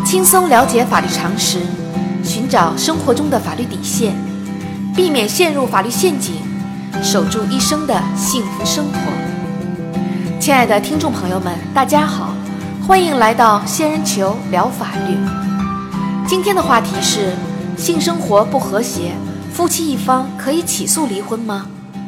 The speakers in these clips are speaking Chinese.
轻松了解法律常识，寻找生活中的法律底线，避免陷入法律陷阱，守住一生的幸福生活。亲爱的听众朋友们，大家好，欢迎来到仙人球聊法律。今天的话题是：性生活不和谐，夫妻一方可以起诉离婚吗？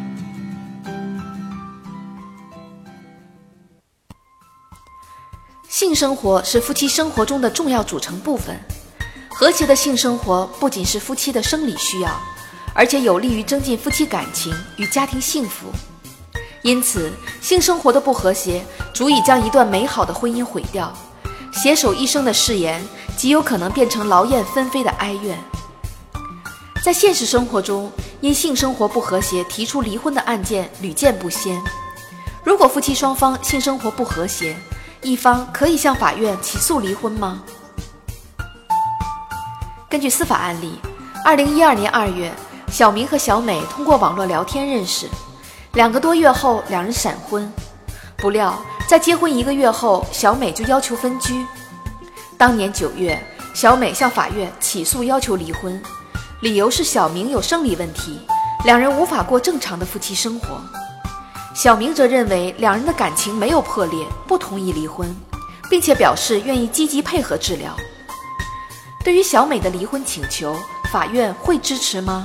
性生活是夫妻生活中的重要组成部分，和谐的性生活不仅是夫妻的生理需要，而且有利于增进夫妻感情与家庭幸福。因此，性生活的不和谐足以将一段美好的婚姻毁掉，携手一生的誓言极有可能变成劳燕分飞的哀怨。在现实生活中，因性生活不和谐提出离婚的案件屡见不鲜。如果夫妻双方性生活不和谐，一方可以向法院起诉离婚吗？根据司法案例，2012年2月，小明和小美通过网络聊天认识，2个多月后两人闪婚。不料在结婚1个月后，小美就要求分居。当年9月，小美向法院起诉要求离婚，理由是小明有生理问题，两人无法过正常的夫妻生活。小明则认为两人的感情没有破裂，不同意离婚，并且表示愿意积极配合治疗。对于小美的离婚请求，法院会支持吗？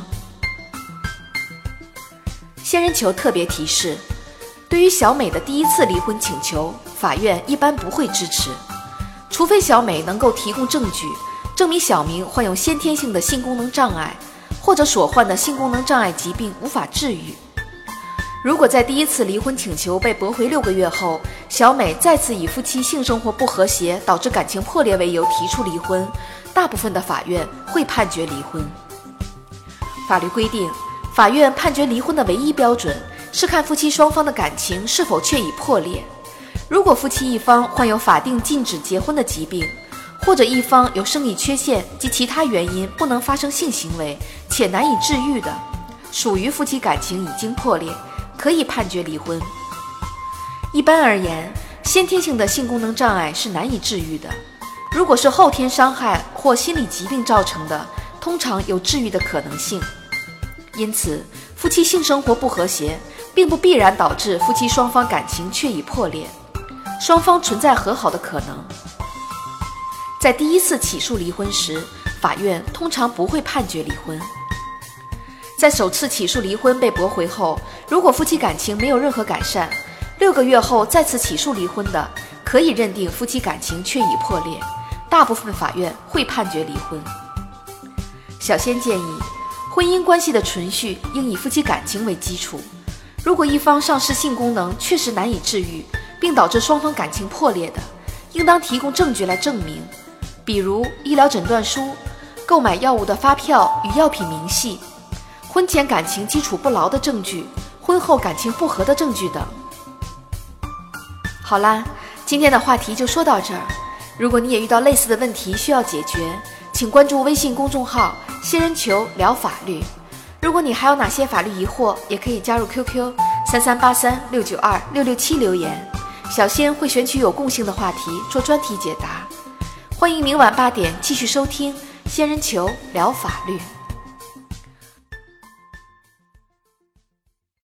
仙人球特别提示，对于小美的第一次离婚请求，法院一般不会支持，除非小美能够提供证据，证明小明患有先天性的性功能障碍，或者所患的性功能障碍疾病无法治愈。如果在第一次离婚请求被驳回6个月后，小美再次以夫妻性生活不和谐导致感情破裂为由提出离婚，大部分的法院会判决离婚。法律规定，法院判决离婚的唯一标准是看夫妻双方的感情是否确已破裂。如果夫妻一方患有法定禁止结婚的疾病，或者一方有生理缺陷及其他原因不能发生性行为且难以治愈的，属于夫妻感情已经破裂，可以判决离婚。一般而言，先天性的性功能障碍是难以治愈的，如果是后天伤害或心理疾病造成的，通常有治愈的可能性。因此，夫妻性生活不和谐并不必然导致夫妻双方感情确已破裂，双方存在和好的可能。在第一次起诉离婚时，法院通常不会判决离婚。在首次起诉离婚被驳回后，如果夫妻感情没有任何改善，6个月后再次起诉离婚的，可以认定夫妻感情确已破裂，大部分法院会判决离婚。小仙建议，婚姻关系的存续应以夫妻感情为基础，如果一方丧失性功能确实难以治愈，并导致双方感情破裂的，应当提供证据来证明，比如医疗诊断书、购买药物的发票与药品明细、婚前感情基础不牢的证据、婚后感情不和的证据等。好啦，今天的话题就说到这儿。如果你也遇到类似的问题需要解决，请关注微信公众号仙人球聊法律。如果你还有哪些法律疑惑，也可以加入 QQ3383692667留言，小仙会选取有共性的话题做专题解答。欢迎明晚8点继续收听仙人球聊法律。